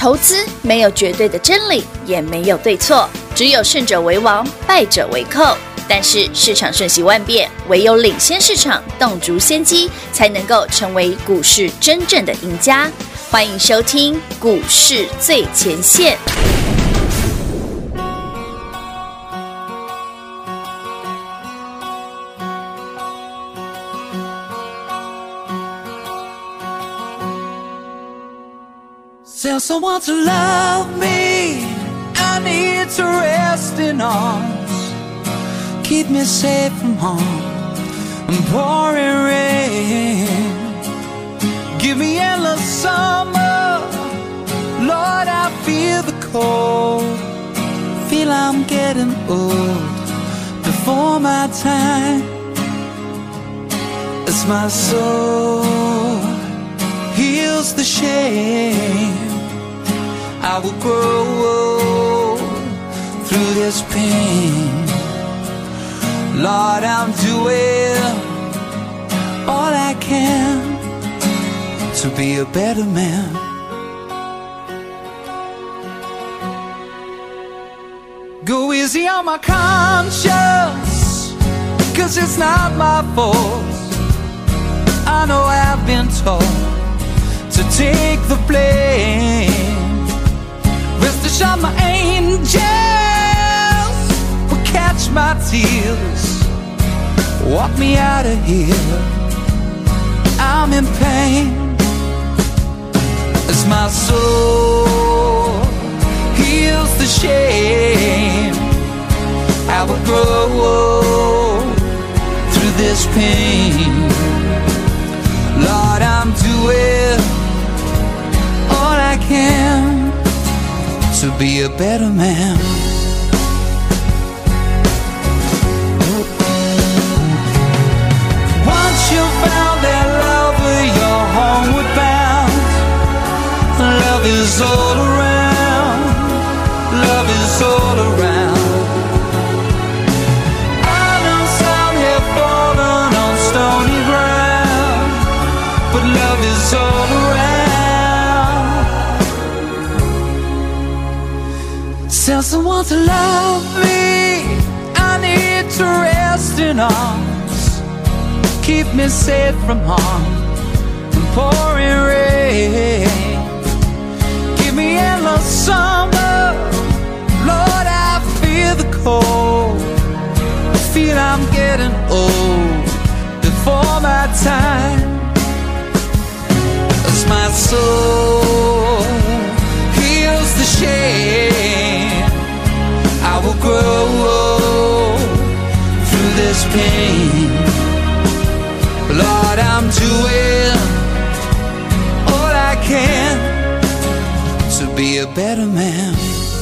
投资没有绝对的真理，也没有对错，只有胜者为王，败者为寇。但是市场瞬息万变，唯有领先市场，洞烛先机，才能够成为股市真正的赢家。欢迎收听股市最前线。 Tell someone to love me. I need to rest in arms. Keep me safe from harm and pouring rain. Give me endless summer. Lord, I feel the cold. Feel I'm getting old before my time. As my soul heals the shame, I will grow through this pain. Lord, I'm doing all I can to be a better man. Go easy on my conscience, 'cause it's not my fault. I know I've been told to take the blame. Rest assured my angels will catch my tears, walk me out of here. I'm in pain as my soul heals the shame. I will grow through this pain. Lord, I'm doing all I can to be a better man. Once you found that lover, you're homeward bound. Love is all around. Love is all around. I know some have fallen on stony ground, but love is all around. Tell someone to love me. I need to rest in arms. Keep me safe from harm and pouring rain. Give me endless summer. Lord, I feel the cold. I feel I'm getting old before my time. As my soul heals the shame, I will grow through this pain. Lord, I'm doing all I can to be a better man.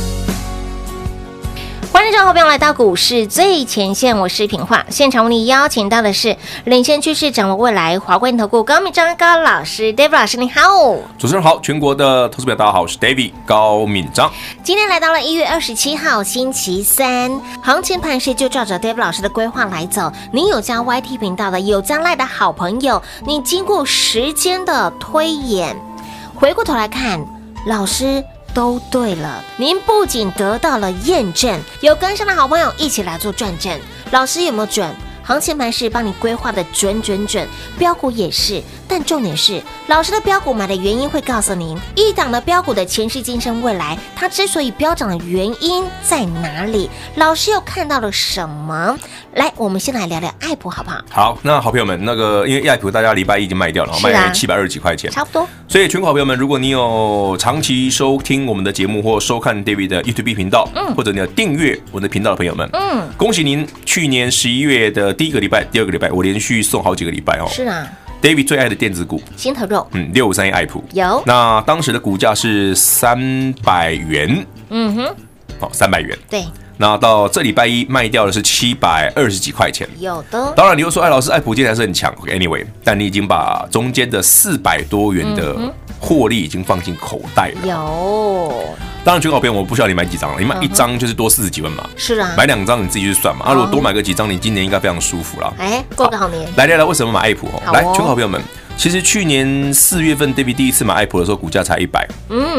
欢迎各位好朋友来到股市最前线，我是品化。现场为你邀请到的是领先趋势、掌握未来华冠投顾高敏章高老师 ，David 老师，你好。 主持人好，全国的投资者大家好，我是 David 高敏章。 今天来到了1月27号星期三，行情盘势就照着 David 老师的规划来走。你有加 YT 频道的，有加赖的好朋友，你经过时间的推演，回过头来看，老师都对了，您不仅得到了验证，有跟上的好朋友一起来做转正。老师有没有准？行情盘是帮你规划的准，标股也是，但重点是老师的标股买的原因会告诉您，一档的标股的前世今生未来，它之所以飙涨的原因在哪里？老师又看到了什么？来，我们先来聊聊爱普好不好？ 好，那好朋友们，那个因为爱普大家礼拜一已经卖掉了，卖720几块钱， 差不多。 所以全国好朋友们，如果你有长期收听我们的节目或收看 David 的 YouTube 频道，或者你有订阅我的频道的朋友们，恭喜您，去年11月的第一个礼拜、第二个礼拜，我连续送好几个礼拜哦。 是啊。 David 最爱的电子股， 心头肉 ，6531爱普有。 那当时的股价是300元，300元。 对。 那到这礼拜一卖掉的是720几块钱， 有的。 当然你又说，哎，老师，爱普今天还是很强 ，anyway， 但你已经把中间的400多元的获利已经放进口袋了。 有。 当然，全国好朋友，我不需要你买几张了，你买一张就是多40几万嘛。 是啊。 买2张你自己去算嘛。如果多买个几张，你今年应该非常舒服啦。 哎，过个好年。 来聊聊为什么买爱普哦。来，全国好朋友们，其实去年4月份 David 第一次买爱普的时候，股价才100。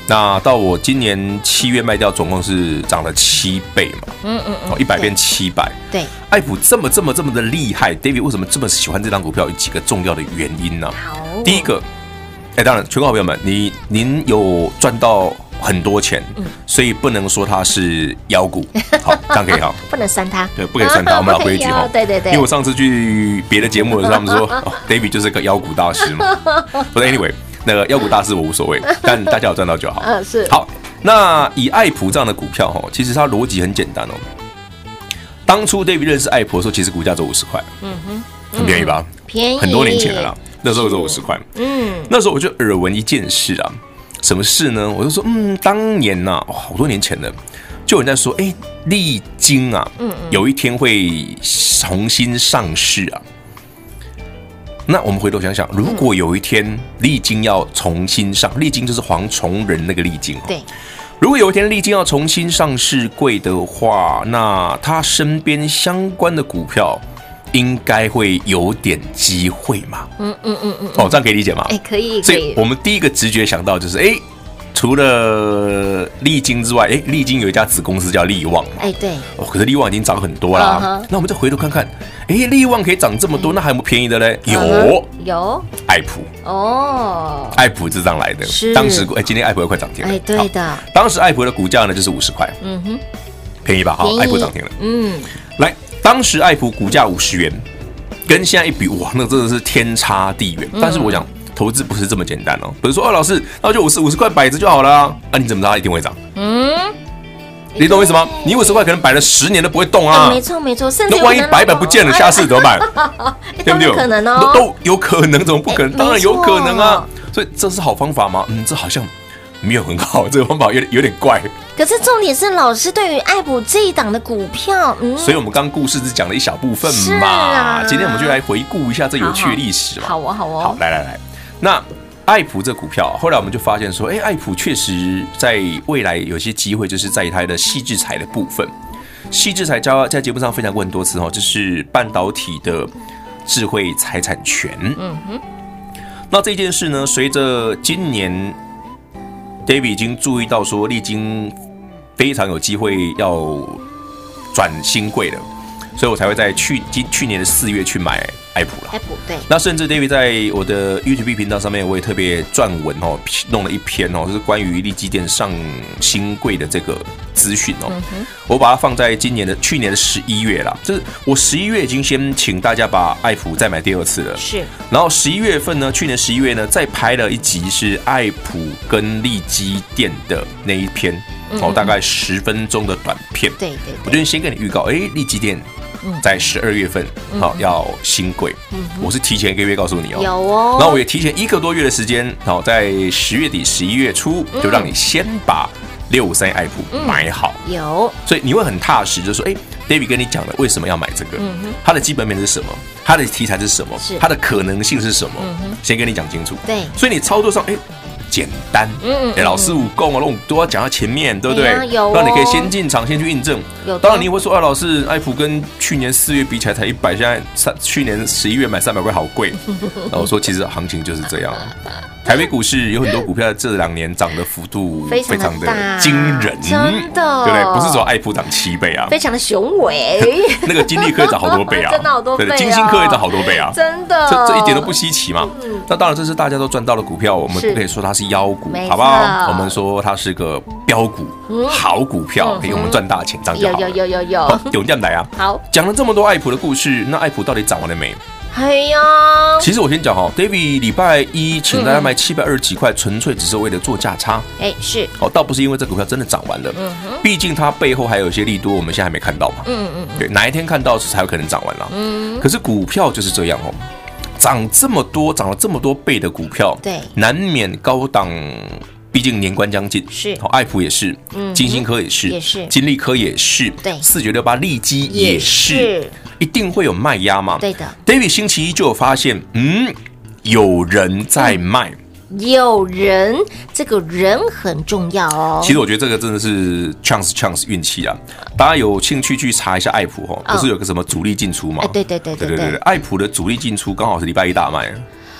那到我今年7月卖掉，总共是涨了7倍嘛，100变700。 对， 爱普这么的厉害 ，David 为什么这么喜欢这张股票？有几个重要的原因呢？ 好， 第一个，当然，全国好朋友们，您有赚到很多钱，所以不能说它是妖股，好，这样可以哈， 不能酸它， 对，不可以酸它，我们老规矩哈。 对，因为我上次去别的节目的时候，他们说David 就是个妖股大师嘛，不是 anyway。那个妖股大师我无所谓，但大家有赚到就好。 是好。那以爱普这样的股票其实它逻辑很简单哦。当初 David 认识爱普的时候，其实股价只有50块，很便宜吧？ 便宜， 很多年前了啦，那时候只有50块。那时候我就耳闻一件事啊，什么事呢？我就说，当年呐，好多年前了，就有人在说，力晶啊，有一天会重新上市啊。那我们回头想想，如果有一天力晶要重新上，力晶就是黄崇仁那个力晶， 对。 如果有一天力晶要重新上市柜的话，那他身边相关的股票应该会有点机会嘛？这样可以理解吗？ 可以。 所以我们第一个直觉想到就是，除了力晶之外，力晶有一家子公司叫力旺， 对， 可是力旺已经涨很多啦。那我们再回头看看，力旺可以涨这么多，那还有没有便宜的嘞？ 有， 爱普爱普是这样来的。当时今天爱普又快涨停了， 对的。 当时爱普的股价呢就是50块，便宜吧？好，爱普涨停了，来，当时爱普股价50元，跟现在一比，哇，那真的是天差地远。但是我讲，投资不是这么简单哦，不是说老师，那就50块摆着就好了啊？你怎么知道它一定会涨？你懂我意思吗？你50块可能摆了10年都不会动啊。 没错，甚至那万一摆不见了，下次怎么办？对不对？ 可能哦， 都有可能，怎么不可能？当然有可能啊。所以这是好方法吗？这好像没有很好，这个方法有点怪。 可是重点是，老师对于爱普这一档的股票， 所以我们刚故事只讲了一小部分嘛。今天我们就来回顾一下这有趣的历史嘛。 好， 好，来，那。爱普这股票，后来我们就发现说，爱普确实在未来有些机会，就是在它的矽智财的部分。矽智财在节目上分享过很多次就是半导体的智慧财产权。那这件事呢，随着今年 David 已经注意到说，力晶非常有机会要转新贵了，所以我才会在去年的4月去买爱普了。 爱普对。 那甚至 David 在我的 YouTube 频道上面，我也特别撰文弄了一篇就是关于力积电上新贵的这个资讯我把它放在去年的11月啦，就是我11月已经先请大家把爱普再买第2次了。 是。 然后11月份呢，去年11月呢，再拍了一集是爱普跟力积电的那一篇大概10分钟的短片。 对。 我就先跟你预告，力积电。在12月份要新贵，我是提前1个月告诉你有哦， 然后我也提前1个多月的时间，在10月底11月初就让你先把653爱普买好， 有， 所以你会很踏实，就说David 跟你讲了为什么要买这个，它的基本面是什么，它的题材是什么，它的可能性是什么，先跟你讲清楚。 对， 所以你操作上简单，老师武功都要讲到前面，对不对？让你可以先进场，先去印证。当然你会说，老师，爱普跟去年4月比起来才100，现在去年11月买300块好贵。那我说，其实行情就是这样。台北股市有很多股票这2年涨的幅度非常的惊人， 真的， 对不对？不是说爱普涨7倍啊， 非常的雄伟。 那个金利科也涨好多倍啊， 真的好多倍啊， 金星科也涨好多倍啊， 真的， 这一点都不稀奇嘛。那当然，这是大家都赚到的股票，我们不可以说它是妖股，好不好？我们说它是个标股，好股票，可以我们赚大钱，这样就好了。有这样来啊。好，讲了这么多爱普的故事，那爱普到底涨完了没？其实我先讲David 礼拜1请大家买720几块，纯粹只是为了做价差。 是倒不是因为这股票真的涨完了。毕竟它背后还有一些利多，我们现在还没看到嘛。对，哪一天看到才有可能涨完了。可是股票就是这样涨这么多，涨了这么多倍的股票，对，难免高档。毕竟年关将近，是爱普也是，金星科也是，金利科也是，对，4968力积也是，一定会有卖压嘛？对的。David 星期一就有发现，有人在卖， 有人，这个人很重要哦。 其实我觉得这个真的是 chance 运气啊！大家有兴趣去查一下爱普不是有个什么主力进出吗？ 对， 爱普的主力进出刚好是礼拜1大卖。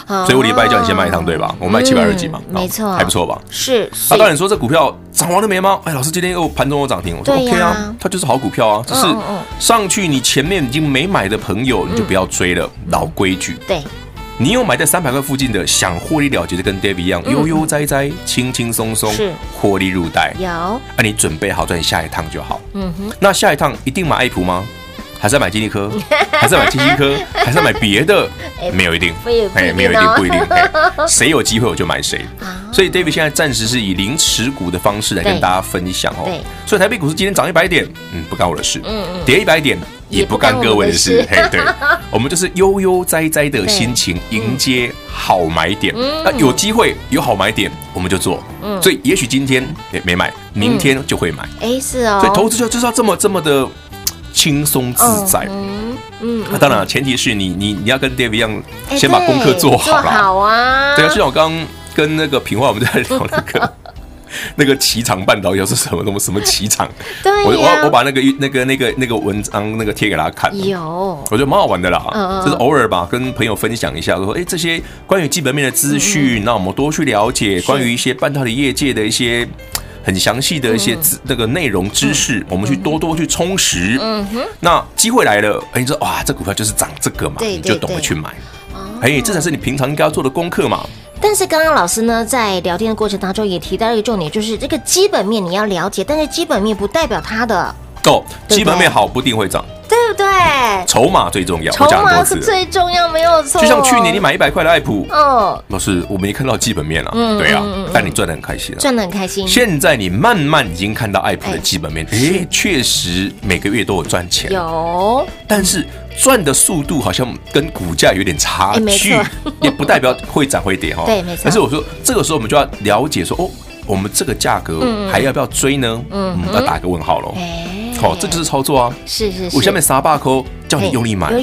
所以我礼拜叫你先卖一趟，对吧？我卖720几嘛， 没错， 还不错吧？ 是。 那当然说这股票涨完了没吗？哎，老师今天又盘中有涨停，我说 OK 啊，它就是好股票啊，只是上去你前面已经没买的朋友，你就不要追了，老规矩。 对。 你有买在300块附近的，想获利了结的，跟 David 一样，悠悠哉哉、轻轻松松，获利入袋。 有， 那你准备好赚下一趟就好。那下一趟一定买爱普吗？还是要买金利科？还是要买金星科？还是要买别的？没有一定，没有一定，不一定。谁有机会我就买谁。所以 David 现在暂时是以零持股的方式来跟大家分享哦。所以台北股市今天涨100点，不干我的事。跌100点。也不干各位的事，嘿，对，我们就是悠悠哉哉的心情迎接好买点。那有机会有好买点，我们就做。所以也许今天没买，明天就会买。 是哦。 所以投资就是要这么的轻松自在。那当然，前提是你要跟 David 一样，先把功课做好了。 做好啊。 对啊，就像我刚刚跟那个平花我们在聊那个起场半导体是什么起场？ 对呀， 我把那个文章那个贴给大家看， 有， 我觉得蛮好玩的啦。就是偶尔吧，跟朋友分享一下，说这些关于基本面的资讯，那我们多去了解关于一些半导体业界的一些很详细的一些那个内容知识，我们去多去充实。那机会来了，你说哇，这股票就是涨这个嘛，你就懂得去买。这才是你平常应该要做的功课嘛。 但是刚刚老师呢，在聊天的过程当中也提到一个重点，就是这个基本面你要了解，但是基本面不代表它的基本面好不一定会涨， 对不对？ 筹码最重要， 筹码是最重要，没有错。 就像去年你买100块的爱普，老师我没看到基本面啊，对啊，但你赚得很开心啊， 赚得很开心。 现在你慢慢已经看到爱普的基本面，确实每个月都有赚钱， 有， 但是赚的速度好像跟股价有点差距，也不代表会涨会跌哈。 对，没错。 但是我说这个时候我们就要了解说，我们这个价格还要不要追呢？要打个问号喽。这就是操作啊。是。我下面300块叫你用力买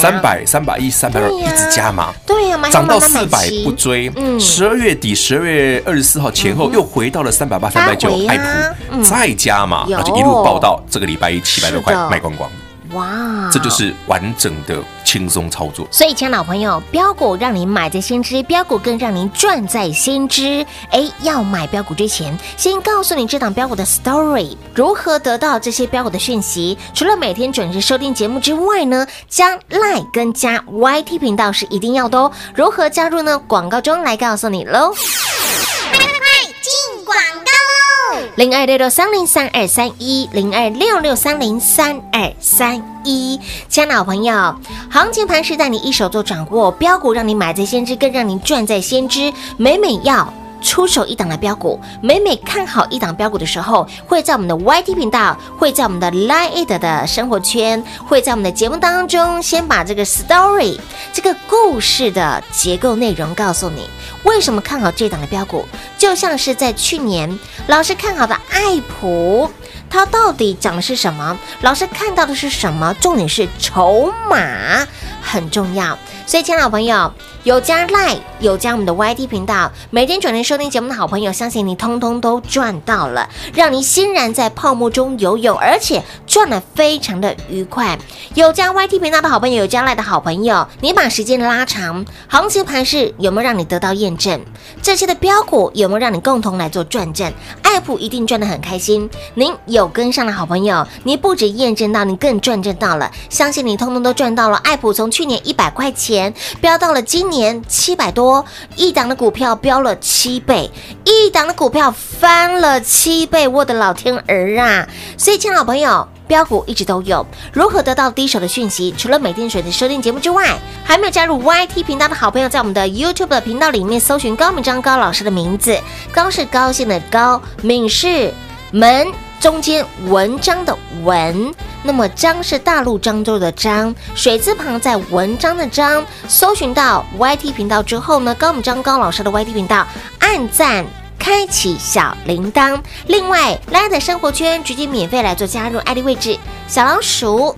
，300、310、320一直加码。 对呀， 涨到400不追。12月底12月24号前后又回到了380、390，爱普再加码，那就一路报到这个礼拜一700多块卖光光。哇，这就是完整的轻松操作。 所以，亲爱的老朋友，标股让你买在先知，标股更让您赚在先知。要买标股之前，先告诉你这档标股的 story， 如何得到这些标股的讯息。除了每天准时收听节目之外呢，加 LINE 跟加 YT 频道是一定要的哦。如何加入呢？广告中来告诉你喽。0266303231，0266303231。亲爱的好朋友，行情盘是带你一手做掌握，标股让你买在先知，更让你赚在先知。每要出手一档的标股，每看好一档标股的时候，会在我们的 YT 频道，会在我们的 LINE 的生活圈，会在我们的节目当中，先把这个 story 这个故事的结构内容告诉你。为什么看好这档的标股？就像是在去年老师看好的爱普，它到底讲的是什么？老师看到的是什么？重点是筹码很重要。所以，亲爱的好朋友，有加 LINE， 有加我们的 YT 频道，每天准时收听节目的好朋友，相信你通通都赚到了，让你欣然在泡沫中游泳，而且赚得非常的愉快。有加 YT 频道的好朋友，有加 LINE 的好朋友，你把时间拉长，行情盘势有没有让你得到验证？这些的标股有没有让你共同来做转正？爱普一定赚得很开心。您有跟上的好朋友，你不止验证到，你更转正到了，相信你通通都赚到了。爱普从去年100块钱飙到了今年700多，一档的股票飙了7倍，一档的股票翻了7倍，我的老天儿啊！所以，亲爱的好朋友，标股一直都有，如何得到第一手的讯息？除了每天准时收听节目之外，还没有加入 YT 频道的好朋友，在我们的 YouTube 的频道里面搜寻高敏章高老师的名字，高是高兴的高，敏是门中间文章的文，那么章是大陆漳州的漳，水字旁在文章的章。搜寻到 YT 频道之后呢，高敏章高老师的 YT 频道，按赞开启小铃铛。另外 LINE 的生活圈直接免费来做加入，ID 位置小老鼠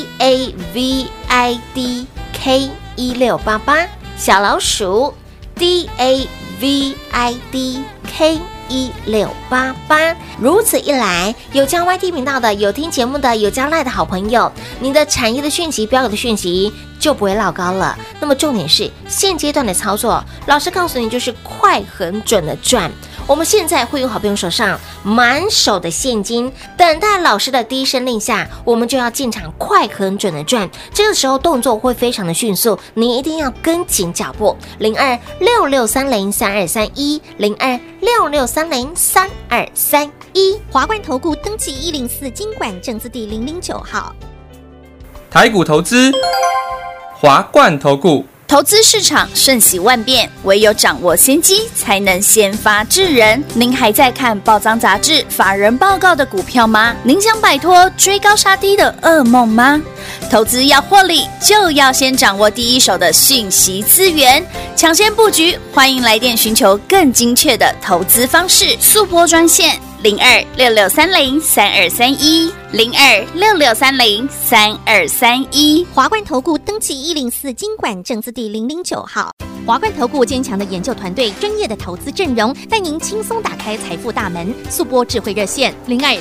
DAVIDK1688， 小老鼠 DAVIDK1688。如此一来，有加 YT 频道的，有听节目的，有加 LINE 的好朋友，你的产业的讯息、标股的讯息就不会落高了。那么重点是现阶段的操作，老师告诉你就是快很准的赚。我们现在会有好朋友手上满手的现金，等待老师的第一声令下，我们就要进场快很准的赚。这个时候动作会非常的迅速，你一定要跟紧脚步。0266303231，0266303231。 华冠投顾登记104金管证字第009号。 台股投资，华冠投顾。 投资市场瞬息万变，唯有掌握先机，才能先发制人。您还在看报章杂志、法人报告的股票吗？您想摆脱追高杀低的噩梦吗？投资要获利，就要先掌握第一手的讯息资源，抢先布局。欢迎来电寻求更精确的投资方式，速拨专线0266303231，0266303231。 华冠投顾登记104金管证字第009号。华冠投顾坚强的研究团队，专业的投资阵容，带您轻松打开财富大门。速拨智慧热线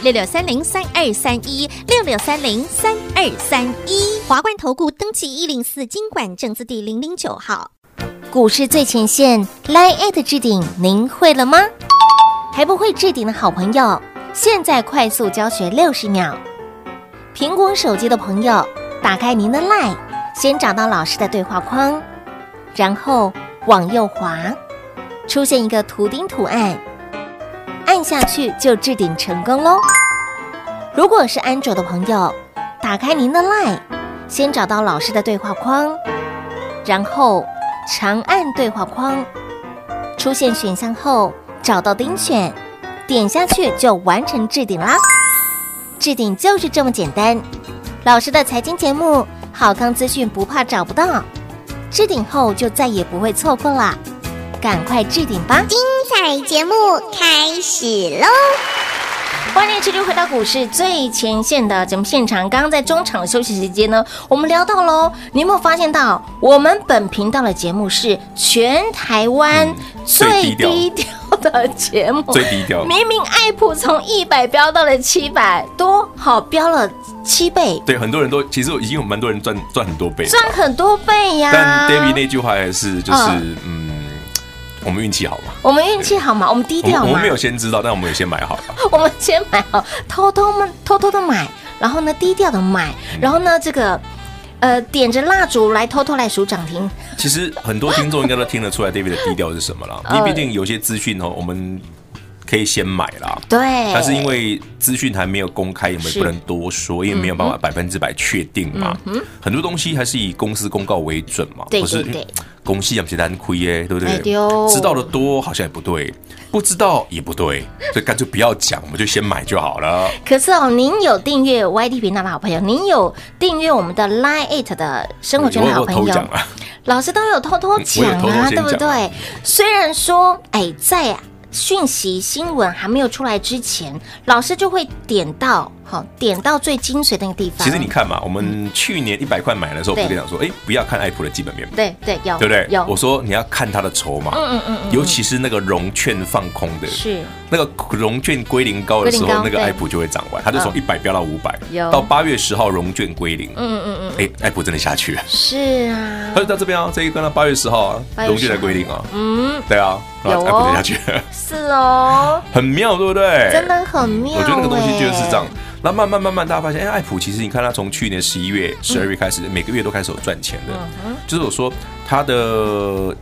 0266303231，66303231。华冠投顾登记104金管证字第009号。 股市最前线 LINE@ 置顶，您会了吗？还不会置顶的好朋友，现在快速教学60秒。苹果手机的朋友，打开您的 LINE， 先找到老师的对话框，然后往右滑，出现一个图钉图案，按下去就置顶成功咯。如果是安卓的朋友，打开您的 LINE， 先找到老师的对话框，然后长按对话框，出现选项后找到钉选，点下去就完成置顶啦。置顶就是这么简单。老师的财经节目，好康资讯不怕找不到，置顶后就再也不会错过啦，赶快置顶吧！ 精彩节目开始喽！ 欢迎持续回到股市最前线的节目现场。刚刚在中场休息时间呢，我们聊到喽，你有没有发现到我们本频道的节目是全台湾最低调的节目？ 最低调， 明明爱普从100飙到了700多，好飙了7倍。 对，很多人都其实已经有蛮多人赚很多倍， 赚很多倍呀。 但 David 那句话还是就是我们运气好嘛？ 我们运气好嘛？我们低调嘛？ 我们没有先知道，但我们有先买好了。 我们先买好，偷偷的买，然后呢低调的买，然后呢这个点着蜡烛来偷偷来数涨停。 其实很多听众应该都听得出来 David 的低调是什么了，因为毕竟有些资讯我们可以先买啦， 对， 但是因为资讯还没有公开，我们不能多说，因为没有办法100%确定嘛。很多东西还是以公司公告为准嘛。 对对对， 公司也不是单亏耶，对不对？ 对， 知道的多好像也不对，不知道也不对，所以干脆不要讲，我们就先买就好了。 可是您有订阅 YT 频道的好朋友，您有订阅我们的 LINE@ 的生活圈的好朋友，老师都有偷偷讲啊，对不对？虽然说在讯息新闻还没有出来之前，老师就会点到最精髓的那个地方。 其实你看嘛，我们去年100块买的时候，我跟你讲说，不要看爱普的基本面， 对，有， 对不对？ 有。 我说你要看它的筹码，尤其是那个融券放空的， 是那个融券归零高的时候，那个爱普就会涨完，它就从100飙到500，到8月10号融券归零，爱普真的下去了， 是啊， 它就到这边啊，这一根到8月10号啊，融券才归零啊，对啊， 有爱普下去了， 是哦， 很妙，对不对？ 真的很妙， 我觉得那个东西就是这样。那慢慢，大家发现，爱普其实你看它从去年11月、12月开始，每个月都开始有赚钱的。就是我说它的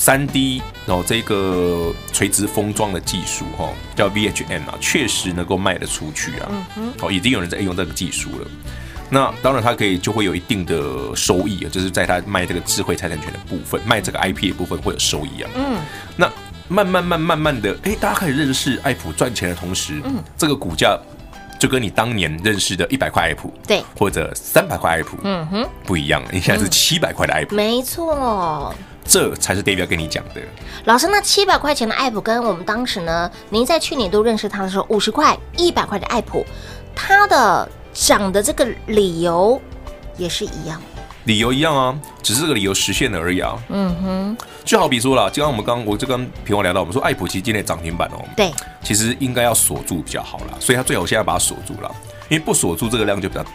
3D 这个垂直封装的技术叫 VHM 啊，确实能够卖得出去啊。已经有人在用这个技术了。那当然，它就会有一定的收益啊，就是在它卖这个智慧财产权的部分，卖这个 IP 的部分会有收益啊。那慢慢的，大家开始认识爱普赚钱的同时，这个股价就跟你当年认识的100块爱普，对，或者300块爱普，不一样。你现在是700块的爱普， 没错， 这才是 David 要跟你讲的。 老师，那700块钱的爱普跟我们当时呢，您在去年都认识他的时候，50块、100块的爱普，它的涨的这个理由也是一样。 理由一样啊，只是这个理由实现了而已啊。就好比说啦，我就跟平王聊到，我们说爱普其实今天涨停板对， 其实应该要锁住比较好啦，所以他最好现在把它锁住了，因为不锁住这个量就比较大。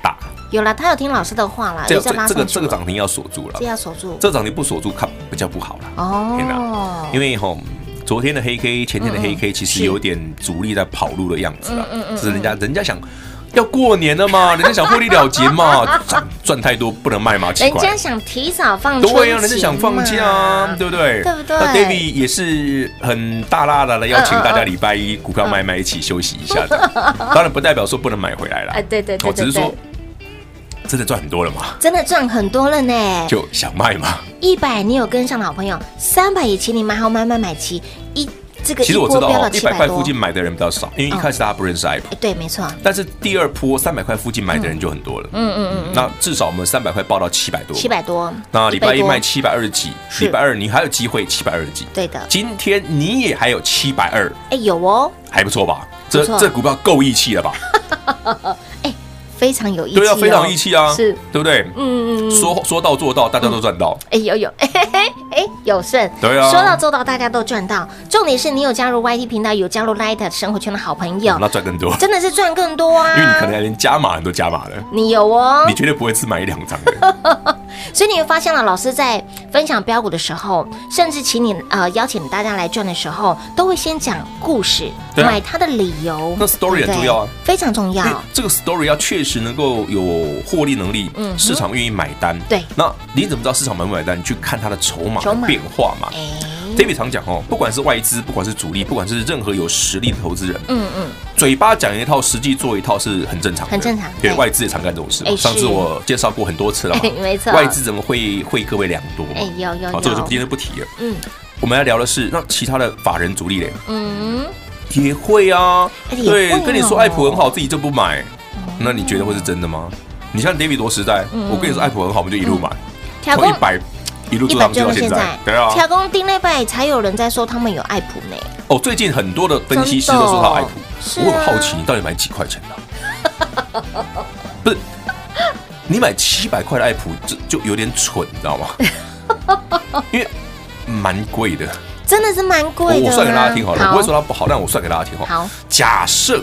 有了，他有听老师的话啦， 这也在拉上去了这个涨停要锁住了， 这要守住这涨停不锁住看比较不好了。 哦， 因为昨天的黑 K， 前天的黑 K 其实有点主力在跑路的样子啦，是人家想要过年了嘛，人家想获利了结嘛，赚太多不能卖嘛，奇怪。 人家想提早放春节， 对呀，人家想放假啊，对不对？ 对不对？ 那 David 也是很大拉的邀请大家礼拜一股票卖一起休息一下的，当然不代表说不能买回来了。 对， 只是说真的赚很多了嘛， 真的赚很多了呢， 就想卖嘛。 100你有跟上的好朋友，300也请你买好买齐这个其实我知道 100 100块附近买的人比较少，因为一开始大家不认识 iPhone。 对，没错。 但是第二波300块附近买的人就很多了。那至少我们300块报到700多。 700多。 那礼拜一卖720几，礼拜二你还有机会720几。 对的。 今天你也还有720。 有哦。 还不错吧？这股票够义气了吧？ 非常有义气， 对啊，非常有义气啊， 是， 对不对？说到做到，大家都赚到。 有顺， 对啊， 说到做到，大家都赚到。重点是你有加入 YT 频道，有加入 Light 生活圈的好朋友， 那赚更多， 真的是赚更多啊！ 因为你可能连加码都加码了， 你有哦， 你绝对不会只买1-2张的。 所以你会发现了，老师在分享标股的时候，甚至请你邀请大家来赚的时候，都会先讲故事，买它的理由。 那 story 很重要啊， 非常重要。 这个 story 要确实能够有获利能力，市场愿意买单。 对， 那你怎么知道市场买不买单？你去看它的筹码的变化嘛。David 常讲不管是外资，不管是主力，不管是任何有实力的投资人，嘴巴讲一套，实际做一套是很正常的， 很正常。 对，外资也常干这种事。上次我介绍过很多次了嘛， 没错。 外资怎么会各位良多？ 有。 好，这个就今天不提了。我们要聊的是，那其他的法人主力嘞，也会啊。对，跟你说爱普很好，自己就不买，那你觉得会是真的吗？你像 David 多实在，我跟你说爱普很好，我们就一路买，从100一路做到现在。对啊， 调工丁那拜才有人在说他们有爱普呢。 最近很多的分析师都说他爱普，我很好奇，你到底买几块钱的？不是，你买700块的爱普，就有点蠢，你知道吗？因为蛮贵的， 真的是蛮贵的。 我算给大家听好了，我不会说它不好，但我算给大家听好。假设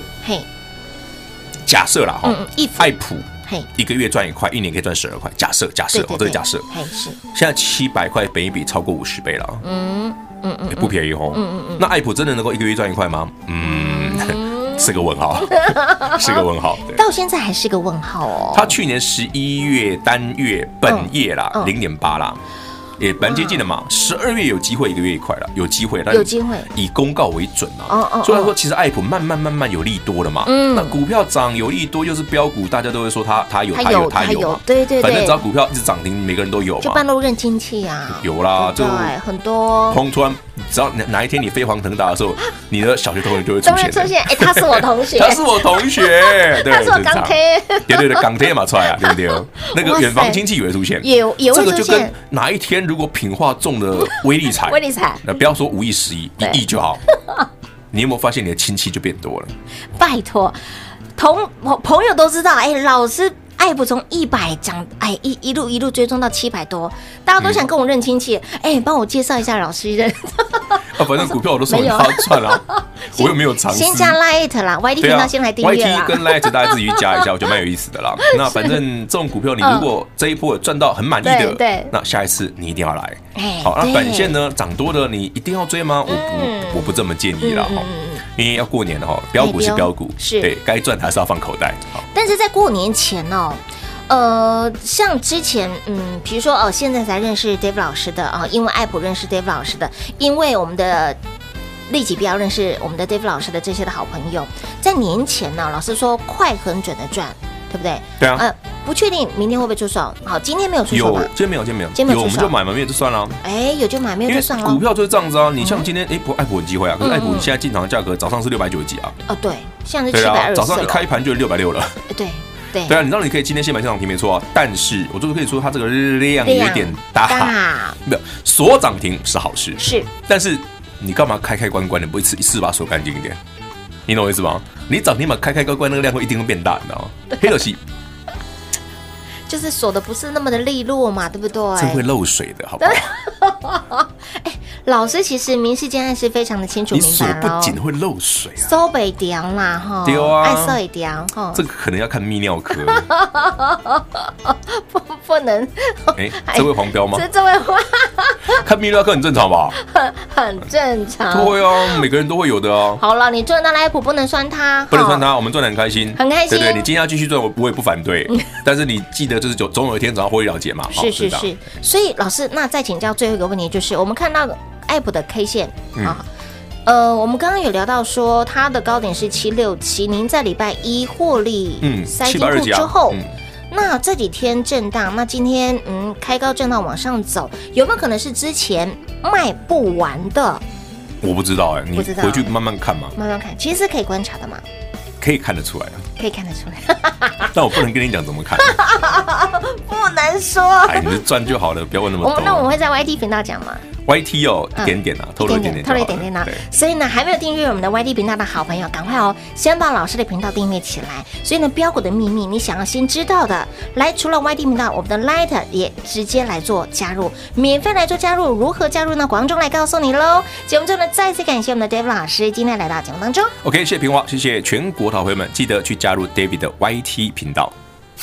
啦爱普1个月赚1块，1年可以赚12块。假设这个假设。现在700块本益比超过50倍了，也不便宜哦。那爱普真的能够1个月赚1块吗？是个问号，是个问号。 到现在还是个问号哦。 他去年11月单月本业啦0.8啦。也蛮接近的嘛，12月有机会1个月1块了，有机会，但以公告为准啊。所以说，其实爱普慢慢有利多了嘛。那股票涨有利多，又是标股，大家都会说它有， 对， 反正只要股票一直涨停，每个人都有嘛。 就半路认亲戚啊， 有啦，就很多。 突然，只要哪一天你飞黄腾达的时候，你的小学同学就会出现。 他是我同学， 他是我同学，对， 他是我港铁， 对，港铁嘛出来啊，对不对？那个远房亲戚也会出现， 也会出现。 这个就跟哪一天如果品化中了威力彩，那不要说5亿、10亿，1亿就好。你有没有发现你的亲戚就变多了？ 拜托，朋友都知道，老师爱普从100涨，一路追踪到700多，大家都想跟我认亲戚，帮我介绍一下老师认。 反正股票我都送给他赚了，我又没有尝试。 先加 Light 啦 ，YT 频道先来订阅啦。 YT 跟 Light 大家自己去加一下，我觉得蛮有意思的啦。那反正这种股票，你如果这一波赚到很满意的， 对， 那下一次你一定要来。好，那短线呢涨多的你一定要追吗？我不这么建议啦。因为要过年了哈，标股是标股，对，该赚还是要放口袋。 但是在过年前像之前，比如说现在才认识 Dave 老师的因为爱普认识 Dave 老师的，因为我们的立即标认识我们的 Dave 老师的这些的好朋友，在年前呢，老师说快很准的赚，对不对？ 对啊。 不确定明天会不会出手。好，今天没有出手吧？ 今天没有，有我们就买嘛，没有就算了。 有就买，没有就算了。 股票就是这样子啊。你像今天爱普很机会啊，可是爱普你现在进场的价格早上是690几啊。 对，现在是720。 早上一开盘就660了。 对啊，你知道你可以今天先买现场停没错啊，但是我就是可以说它这个量有一点大，没有锁涨停是好事， 是， 但是你干嘛开关的，不一次把它锁干净一点？你懂我意思吗？你涨停板开关那个量会一定会变大，你知道吗？黑了西。 就是锁的不是那么的利落嘛，对不对？ 这会漏水的，好不好？ 老师其实明示间暗示非常的清楚你明白了， 锁不紧会漏水啊。 收北掉啦哈， 对啊爱收一掉哈， 这个可能要看泌尿科。 不能。 这位黄标吗？ 这位看泌尿科很正常吧？ 很正常。 对啊，每个人都会有的啊。 好了，你赚到来普不能算他， 不能算他，我们赚得很开心， 很开心。 对，你今天要继续赚，我也不反对。但是你记得，就是总有一天总要获利了结嘛。 是。所以老师，那再请教最后一个问题，就是我们看到爱普的 K 线啊。我们刚刚有聊到说它的高点是767，您在礼拜一获利塞金库之后，那这几天震荡，那今天开高震荡往上走，有没有可能是之前卖不完的？ 我不知道你回去慢慢看嘛， 慢慢看，其实是可以观察的嘛， 可以看得出来的， 可以看得出来， 但我不能跟你讲怎么看， 不能说， 你就赚就好了，不要问那么多。 那我们会在 YT 频道讲吗 ？YT 一点点透露一点点， 透露一点点所以呢，还没有订阅我们的 YT 频道的好朋友，赶快先把老师的频道订阅起来。所以呢，标股的秘密，你想要先知道的，来，除了 YT 频道，我们的 Light 也直接来做加入，免费来做加入。如何加入呢？广中来告诉你喽。节目中呢，再次感谢我们的 David 老师今天来到节目当中。 OK， 谢谢平华，谢谢全国好朋友们，记得去加入 David 的 YT 频道。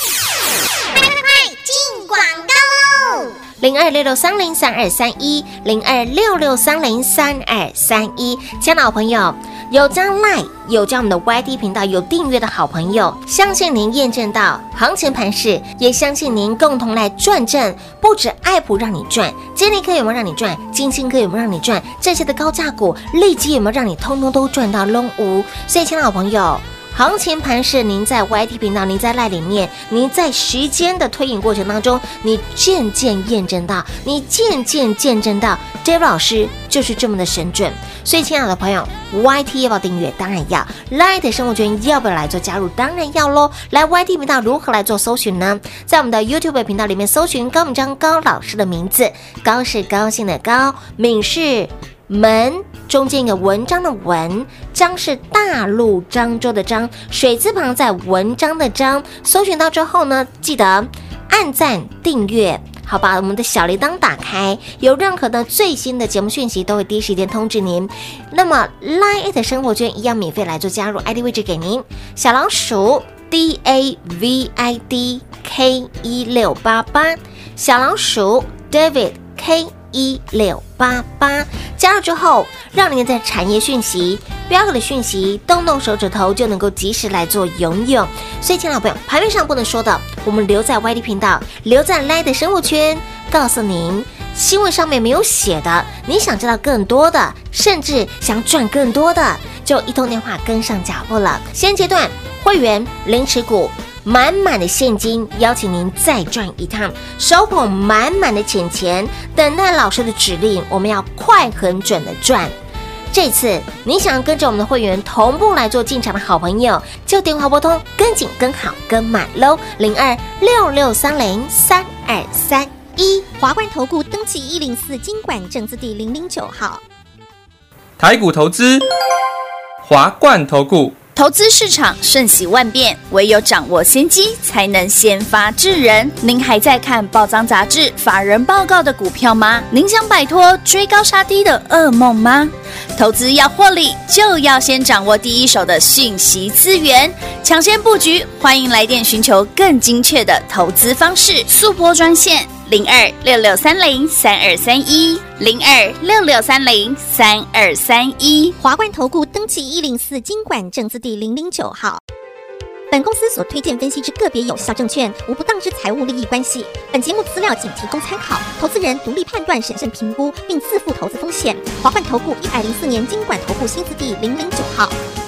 0266303231，0266303231，亲爱的好朋友，有将 LINE 有将我们的 YT 频道有订阅的好朋友，相信您验证到行情盘势，也相信您共同来赚正，不止爱普让你赚，金利科有没有让你赚，金星科有没有让你赚，这些的高价股立即有没有让你通通都赚到拢无？所以亲爱的好朋友，行情盘势，您在 YT 频道，您在 LINE 里面，您在时间的推引过程当中，你渐渐验证到，你渐渐见证到 David 老师就是这么的神准。所以亲爱的朋友， YT 要不要订阅？当然要。 LINE 的生活圈要不要来做加入？当然要咯。来 YT 频道如何来做搜寻呢？在我们的 YouTube 频道里面搜寻高敏章高老师的名字，高是高兴的高，敏是门中间一个文章的文，章是大陆漳州的漳，水字旁在文章的章。搜寻到之后呢，记得按赞订阅，好吧，我们的小铃铛打开，有任何的最新的节目讯息都会第一时间通知您。那么 LINE 的生活圈一样免费来做加入， ID 位置给您，小老鼠 DAVID K1688， 小老鼠 David K1688，加入之后，让您在产业讯息、标股的讯息，动手指头就能够及时来做拥有。所以，亲爱的朋友，盘面上不能说的，我们留在 YT 频道，留在 LINE 的生活圈，告诉您新闻上面没有写的，你想知道更多的，甚至想赚更多的，就一通电话跟上脚步了。现阶段会员零持股。满满的现金，邀请您再赚一趟，手捧满满的钱，等待老师的指令，我们要快很准的赚。这次你想跟着我们的会员同步来做进场的好朋友，就电话拨通，跟紧跟好跟满喽，0266303231。 华冠投顾登记104金管证字第009号。 台股投资，华冠投顾。 投资市场瞬息万变，唯有掌握先机，才能先发制人。您还在看报章杂志、法人报告的股票吗？您想摆脱追高杀低的噩梦吗？投资要获利，就要先掌握第一手的讯息资源，抢先布局。欢迎来电寻求更精确的投资方式，速拨专线0266303231，0266303231。 华冠投顾登记104金管证字第009号。本公司所推荐分析之个别有效证券，无不当之财务利益关系。本节目资料仅提供参考，投资人独立判断、审慎评估，并自负投资风险。华冠投顾104年金管投顾新字第009号。